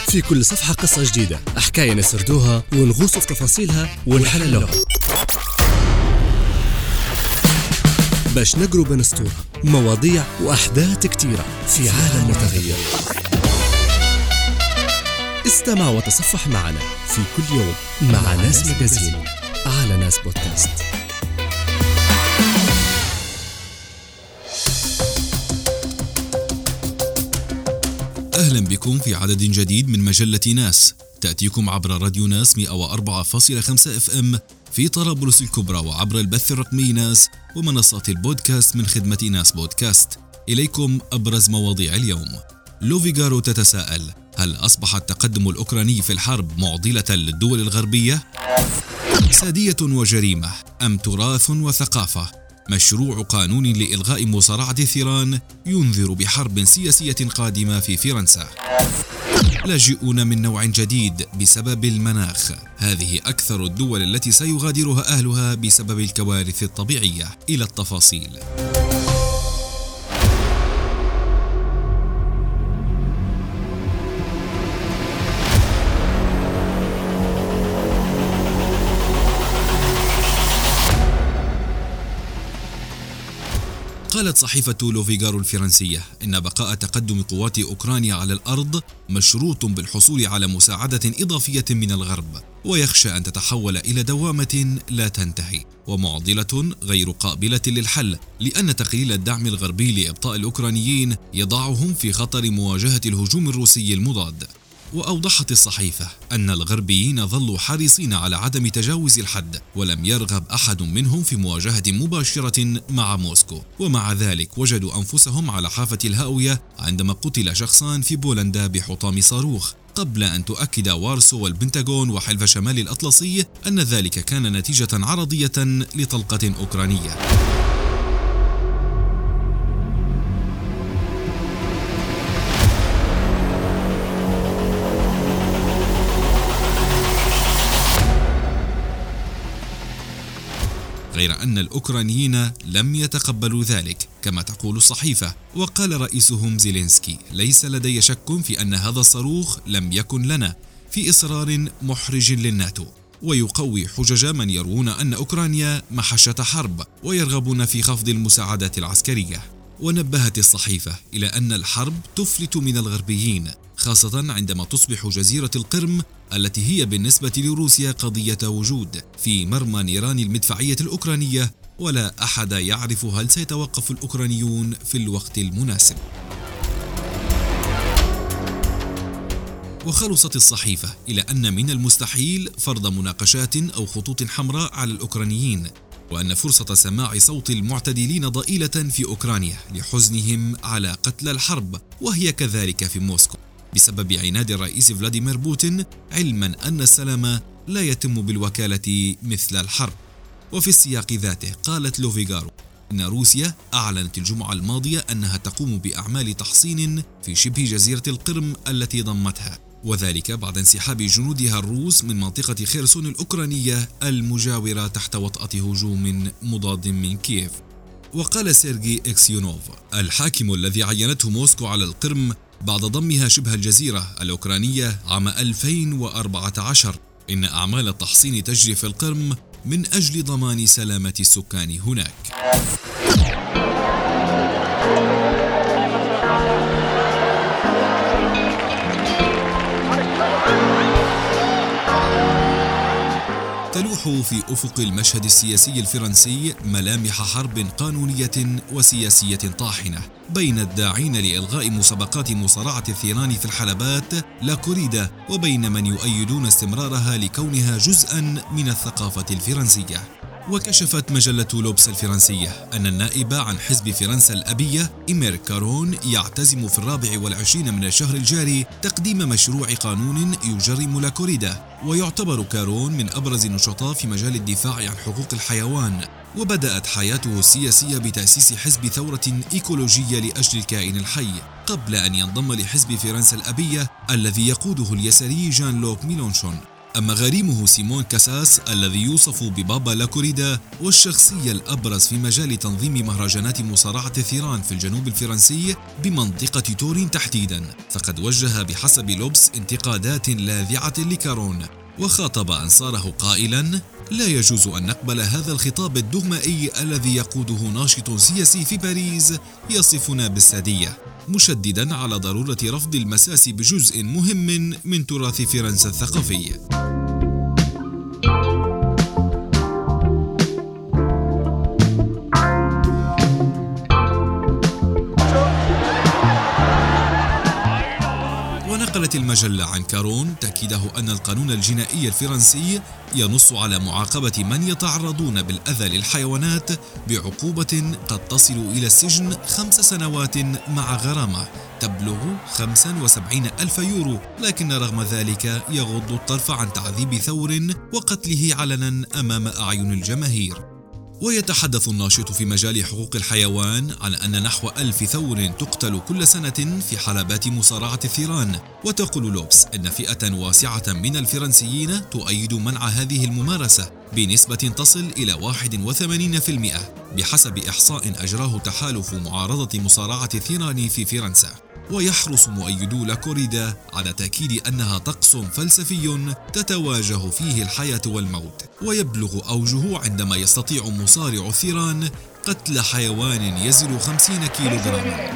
في كل صفحة قصة جديدة، حكاية نسردوها ونغوصوا في تفاصيلها ونحللوها باش نقروا بين سطور مواضيع وأحداث كتيرة في عالم متغير. استمع وتصفح معنا في كل يوم مع ناس ماجازين على ناس بودكاست. أهلا بكم في عدد جديد من مجلة ناس، تأتيكم عبر راديو ناس 104.5 FM في طرابلس الكبرى، وعبر البث الرقمي ناس ومنصات البودكاست من خدمة ناس بودكاست. إليكم أبرز مواضيع اليوم. لوفيغارو تتساءل: هل أصبح التقدم الأوكراني في الحرب معضلة للدول الغربية؟ سادية وجريمة أم تراث وثقافة؟ مشروع قانون لإلغاء مصارعة الثيران ينذر بحرب سياسية قادمة في فرنسا. لاجئون من نوع جديد بسبب المناخ، هذه أكثر الدول التي سيغادرها أهلها بسبب الكوارث الطبيعية. إلى التفاصيل. قالت صحيفة لوفيغارو الفرنسية إن بقاء تقدم قوات أوكرانيا على الأرض مشروط بالحصول على مساعدة إضافية من الغرب، ويخشى أن تتحول إلى دوامة لا تنتهي ومعضلة غير قابلة للحل، لأن تقليل الدعم الغربي لإبطاء الأوكرانيين يضعهم في خطر مواجهة الهجوم الروسي المضاد. وأوضحت الصحيفة أن الغربيين ظلوا حريصين على عدم تجاوز الحد، ولم يرغب أحد منهم في مواجهة مباشرة مع موسكو، ومع ذلك وجدوا أنفسهم على حافة الهاوية عندما قتل شخصان في بولندا بحطام صاروخ، قبل أن تؤكد وارسو والبنتاغون وحلف شمال الأطلسي أن ذلك كان نتيجة عرضية لطلقة أوكرانية. غير أن الأوكرانيين لم يتقبلوا ذلك كما تقول الصحيفة، وقال رئيسهم زيلينسكي: ليس لدي شك في أن هذا الصاروخ لم يكن لنا، في إصرار محرج للناتو، ويقوي حجج من يروون أن أوكرانيا محشة حرب ويرغبون في خفض المساعدات العسكرية. ونبهت الصحيفة إلى أن الحرب تفلت من الغربيين، خاصة عندما تصبح جزيرة القرم التي هي بالنسبة لروسيا قضية وجود في مرمى نيران المدفعية الأوكرانية، ولا أحد يعرف هل سيتوقف الأوكرانيون في الوقت المناسب. وخلصت الصحيفة إلى أن من المستحيل فرض مناقشات أو خطوط حمراء على الأوكرانيين، وأن فرصة سماع صوت المعتدلين ضئيلة في أوكرانيا لحزنهم على قتل الحرب، وهي كذلك في موسكو بسبب عناد الرئيس فلاديمير بوتين، علما أن السلام لا يتم بالوكالة مثل الحرب. وفي السياق ذاته قالت لوفيغارو إن روسيا أعلنت الجمعة الماضية أنها تقوم بأعمال تحصين في شبه جزيرة القرم التي ضمتها، وذلك بعد انسحاب جنودها الروس من منطقة خيرسون الأوكرانية المجاورة تحت وطأة هجوم مضاد من كييف. وقال سيرجي إكسيونوف الحاكم الذي عينته موسكو على القرم بعد ضمها شبه الجزيرة الأوكرانية عام 2014 إن أعمال التحصين تجري في القرم من أجل ضمان سلامة السكان هناك. تلوح في أفق المشهد السياسي الفرنسي ملامح حرب قانونية وسياسية طاحنة بين الداعين لإلغاء مسابقات مصارعة الثيران في الحلبات لا كوريدا، وبين من يؤيدون استمرارها لكونها جزءاً من الثقافة الفرنسية. وكشفت مجلة لوبس الفرنسية أن النائب عن حزب فرنسا الأبية إيمير كارون يعتزم في 24 من الشهر الجاري تقديم مشروع قانون يجرم لا كوريدا، ويعتبر كارون من أبرز النشطاء في مجال الدفاع عن حقوق الحيوان، وبدأت حياته السياسية بتأسيس حزب ثورة إيكولوجية لأجل الكائن الحي، قبل أن ينضم لحزب فرنسا الأبية الذي يقوده اليساري جان لوك ميلونشون. أما غريمه سيمون كاساس الذي يوصف ببابا لاكوريدا والشخصية الأبرز في مجال تنظيم مهرجانات مصارعة الثيران في الجنوب الفرنسي بمنطقة تورين تحديدا، فقد وجه بحسب لوبس انتقادات لاذعة لكارون، وخاطب أنصاره قائلا: لا يجوز أن نقبل هذا الخطاب الدغمائي الذي يقوده ناشط سياسي في باريس يصفنا بالسادية، مشددا على ضرورة رفض المساس بجزء مهم من تراث فرنسا الثقافي. ونقلت المجلة عن كارون تأكيده أن القانون الجنائي الفرنسي ينص على معاقبة من يتعرضون بالأذى للحيوانات بعقوبة قد تصل إلى السجن 5 سنوات مع غرامة تبلغ 75,000 يورو، لكن رغم ذلك يغض الطرف عن تعذيب ثور وقتله علنا أمام أعين الجماهير. ويتحدث الناشط في مجال حقوق الحيوان عن أن نحو 1000 ثور تقتل كل سنة في حلبات مصارعة الثيران، وتقول لوبس أن فئة واسعة من الفرنسيين تؤيد منع هذه الممارسة بنسبة تصل إلى 81% بحسب إحصاء أجراه تحالف معارضة مصارعة الثيران في فرنسا. ويحرص مؤيدو لاكوريدا على تأكيد أنها طقس فلسفي تتواجه فيه الحياة والموت، ويبلغ أوجه عندما يستطيع مصارع الثيران قتل حيوان يزن 50 كيلوغراما.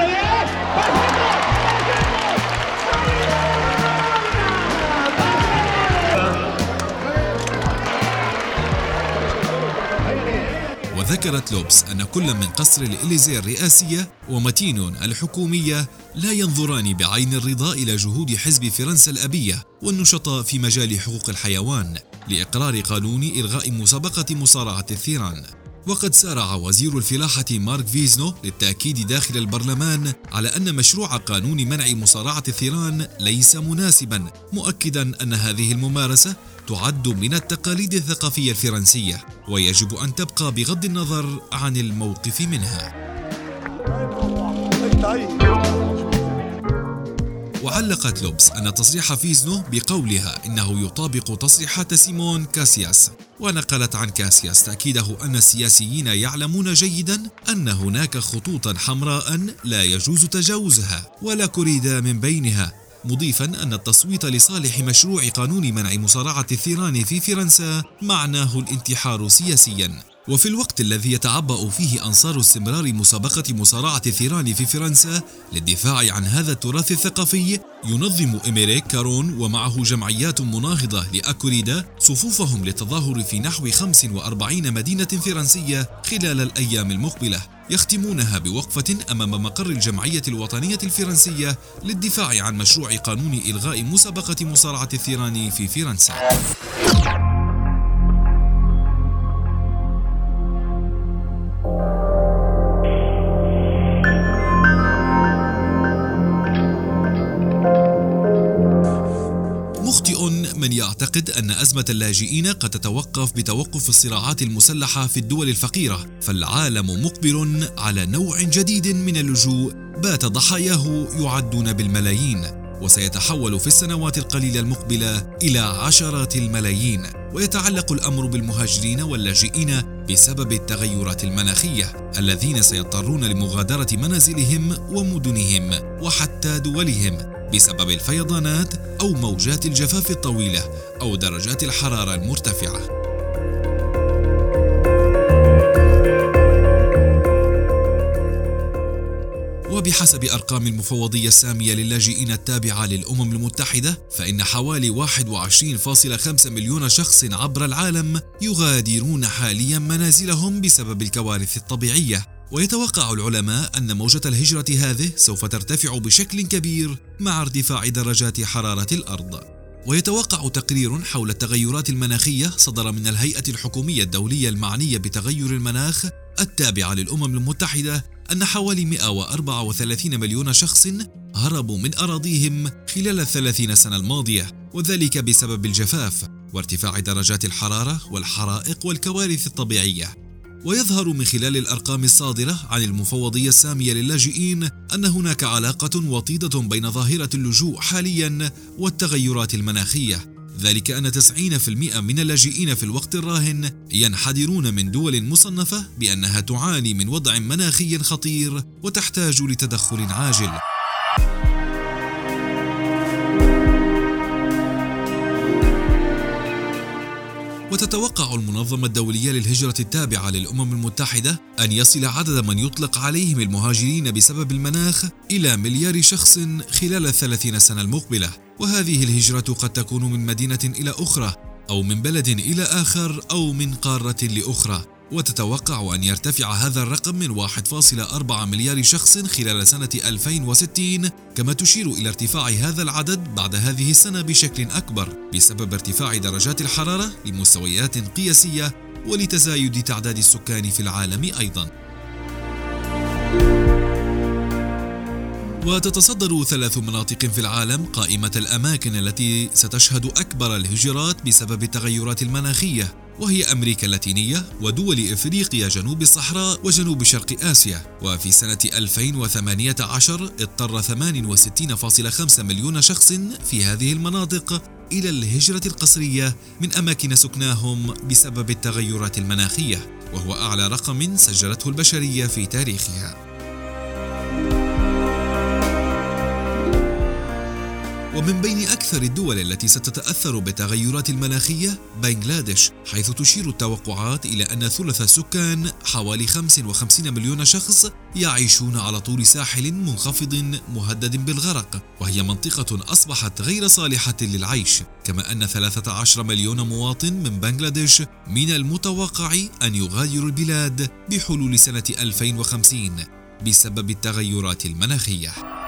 وذكرت لوبس أن كل من قصر الإليزيه الرئاسية وماتينون الحكومية لا ينظران بعين الرضا إلى جهود حزب فرنسا الأبية والنشطاء في مجال حقوق الحيوان لإقرار قانون إلغاء مسابقة مصارعة الثيران. وقد سارع وزير الفلاحة مارك فيزنو للتأكيد داخل البرلمان على أن مشروع قانون منع مصارعة الثيران ليس مناسبا، مؤكدا أن هذه الممارسة تعد من التقاليد الثقافية الفرنسية ويجب أن تبقى بغض النظر عن الموقف منها. وعلقت لوبس أن تصريح فيزنو بقولها إنه يطابق تصريحات سيمون كاسياس، ونقلت عن كاسياس تأكيده أن السياسيين يعلمون جيدا أن هناك خطوطا حمراء لا يجوز تجاوزها ولا كوريدا من بينها، مضيفا أن التصويت لصالح مشروع قانون منع مصارعة الثيران في فرنسا معناه الانتحار سياسيا. وفي الوقت الذي يتعبأ فيه أنصار استمرار مسابقة مصارعة الثيران في فرنسا للدفاع عن هذا التراث الثقافي، ينظم إميريك كارون ومعه جمعيات مناهضة لأكوريدا صفوفهم للتظاهر في نحو 45 مدينة فرنسية خلال الأيام المقبلة، يختمونها بوقفة أمام مقر الجمعية الوطنية الفرنسية للدفاع عن مشروع قانون إلغاء مسابقة مصارعة الثيران في فرنسا. مخطئ من يعتقد أن أزمة اللاجئين قد تتوقف بتوقف الصراعات المسلحة في الدول الفقيرة، فالعالم مقبل على نوع جديد من اللجوء بات ضحاياه يعدون بالملايين، وسيتحول في السنوات القليلة المقبلة إلى عشرات الملايين. ويتعلق الأمر بالمهاجرين واللاجئين بسبب التغيرات المناخية الذين سيضطرون لمغادرة منازلهم ومدنهم وحتى دولهم بسبب الفيضانات أو موجات الجفاف الطويلة أو درجات الحرارة المرتفعة. وبحسب أرقام المفوضية السامية للاجئين التابعة للأمم المتحدة، فإن حوالي 21.5 مليون شخص عبر العالم يغادرون حاليا منازلهم بسبب الكوارث الطبيعية. ويتوقع العلماء أن موجة الهجرة هذه سوف ترتفع بشكل كبير مع ارتفاع درجات حرارة الأرض. ويتوقع تقرير حول التغيرات المناخية صدر من الهيئة الحكومية الدولية المعنية بتغير المناخ التابعة للأمم المتحدة أن حوالي 134 مليون شخص هربوا من أراضيهم خلال 30 سنة الماضية، وذلك بسبب الجفاف وارتفاع درجات الحرارة والحرائق والكوارث الطبيعية. ويظهر من خلال الأرقام الصادرة عن المفوضية السامية للاجئين أن هناك علاقة وطيدة بين ظاهرة اللجوء حاليا والتغيرات المناخية، ذلك أن 90% من اللاجئين في الوقت الراهن ينحدرون من دول مصنفة بأنها تعاني من وضع مناخي خطير وتحتاج لتدخل عاجل. وتتوقع المنظمة الدولية للهجرة التابعة للأمم المتحدة أن يصل عدد من يطلق عليهم المهاجرين بسبب المناخ إلى 1 مليار شخص خلال 30 سنة المقبلة، وهذه الهجرة قد تكون من مدينة إلى أخرى أو من بلد إلى آخر أو من قارة لأخرى. وتتوقع أن يرتفع هذا الرقم من 1.4 مليار شخص خلال سنة 2060، كما تشير إلى ارتفاع هذا العدد بعد هذه السنة بشكل أكبر بسبب ارتفاع درجات الحرارة لمستويات قياسية ولتزايد تعداد السكان في العالم أيضاً. وتتصدر 3 مناطق في العالم قائمة الأماكن التي ستشهد أكبر الهجرات بسبب التغيرات المناخية، وهي أمريكا اللاتينية ودول إفريقيا جنوب الصحراء وجنوب شرق آسيا. وفي سنة 2018 اضطر 68.5 مليون شخص في هذه المناطق إلى الهجرة القسرية من أماكن سكناهم بسبب التغيرات المناخية، وهو أعلى رقم سجلته البشرية في تاريخها. ومن بين أكثر الدول التي ستتأثر بالتغيرات المناخية بنغلاديش، حيث تشير التوقعات إلى أن ثلث السكان حوالي 55 مليون شخص يعيشون على طول ساحل منخفض مهدد بالغرق، وهي منطقة أصبحت غير صالحة للعيش. كما أن 13 مليون مواطن من بنغلاديش من المتوقع أن يغادروا البلاد بحلول سنة 2050 بسبب التغيرات المناخية.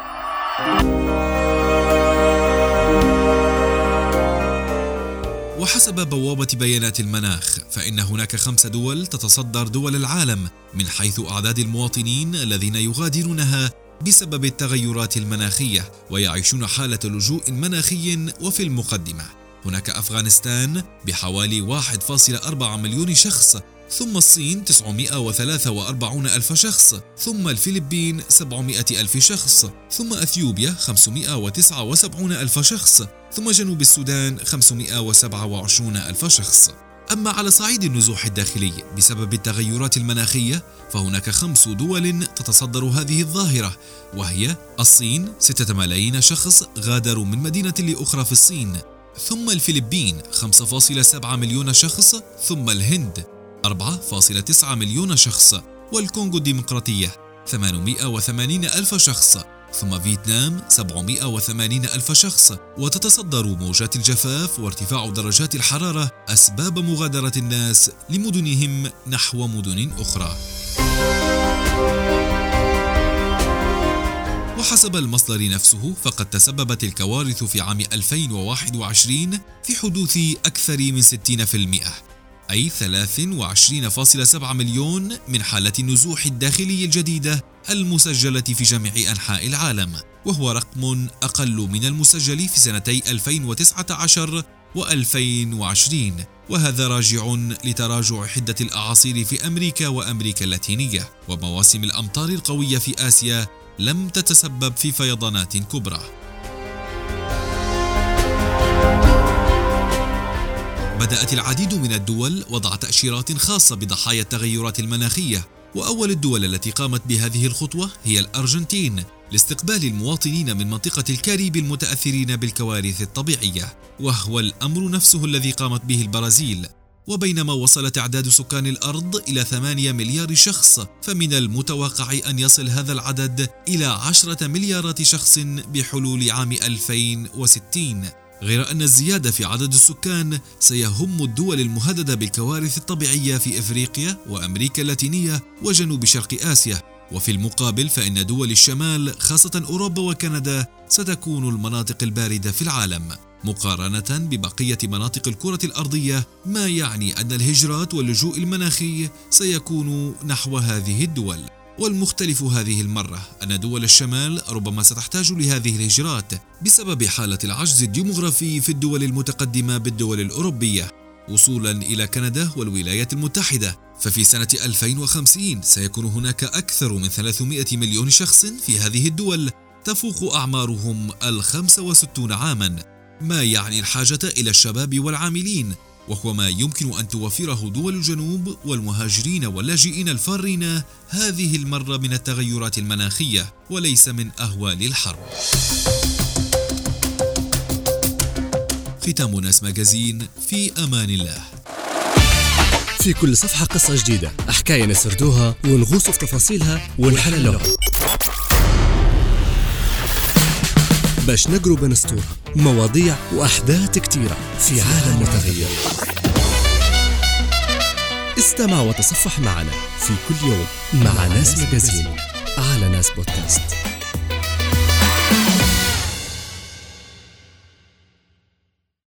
وحسب بوابة بيانات المناخ، فإن هناك 5 دول تتصدر دول العالم من حيث أعداد المواطنين الذين يغادرونها بسبب التغيرات المناخية ويعيشون حالة لجوء مناخي. وفي المقدمة هناك أفغانستان بحوالي 1.4 مليون شخص، ثم الصين 943 ألف شخص، ثم الفلبين 700 ألف شخص، ثم أثيوبيا 579 ألف شخص، ثم جنوب السودان 527 ألف شخص. أما على صعيد النزوح الداخلي بسبب التغيرات المناخية فهناك 5 دول تتصدر هذه الظاهرة، وهي الصين 6 ملايين شخص غادروا من مدينة لأخرى في الصين، ثم الفلبين 5.7 مليون شخص، ثم الهند 4.9 مليون شخص، والكونغو الديمقراطية 880 ألف شخص، ثم فيتنام 780 ألف شخص. وتتصدر موجات الجفاف وارتفاع درجات الحرارة أسباب مغادرة الناس لمدنهم نحو مدن أخرى. وحسب المصدر نفسه فقد تسببت الكوارث في عام 2021 في حدوث أكثر من 60%، أي 23.7 مليون من حالات النزوح الداخلي الجديدة المسجلة في جميع أنحاء العالم، وهو رقم أقل من المسجل في سنتي 2019 و2020، وهذا راجع لتراجع حدة الأعاصير في أمريكا وأمريكا اللاتينية، ومواسم الأمطار القوية في آسيا لم تتسبب في فيضانات كبرى. بدأت العديد من الدول وضع تأشيرات خاصة بضحايا التغيرات المناخية، وأول الدول التي قامت بهذه الخطوة هي الأرجنتين لاستقبال المواطنين من منطقة الكاريبي المتأثرين بالكوارث الطبيعية، وهو الأمر نفسه الذي قامت به البرازيل. وبينما وصل تعداد سكان الأرض إلى 8 مليار شخص، فمن المتوقع أن يصل هذا العدد إلى 10 مليارات شخص بحلول عام 2060. غير أن الزيادة في عدد السكان سيهم الدول المهددة بالكوارث الطبيعية في إفريقيا وأمريكا اللاتينية وجنوب شرق آسيا، وفي المقابل فإن دول الشمال خاصة أوروبا وكندا ستكون المناطق الباردة في العالم مقارنة ببقية مناطق الكرة الأرضية، ما يعني أن الهجرات واللجوء المناخي سيكون نحو هذه الدول. والمختلف هذه المرة أن دول الشمال ربما ستحتاج لهذه الهجرات بسبب حالة العجز الديمغرافي في الدول المتقدمة بالدول الأوروبية، وصولا إلى كندا والولايات المتحدة. ففي سنة 2050 سيكون هناك أكثر من 300 مليون شخص في هذه الدول تفوق أعمارهم 65 عاما، ما يعني الحاجة إلى الشباب والعاملين، وهو ما يمكن أن توفره دول الجنوب والمهاجرين واللاجئين الفارين هذه المرة من التغيرات المناخية وليس من أهوال الحرب. ختام ناس ماجازين، في أمان الله. في كل صفحة قصة جديدة، حكاية نسردوها ونغوص في تفاصيلها ونحللوها باش نقروا بين سطورها مواضيع وأحداث كتيرة في عالم متغير. استمع وتصفح معنا في كل يوم مع ناس ماجازين على ناس بودكاست.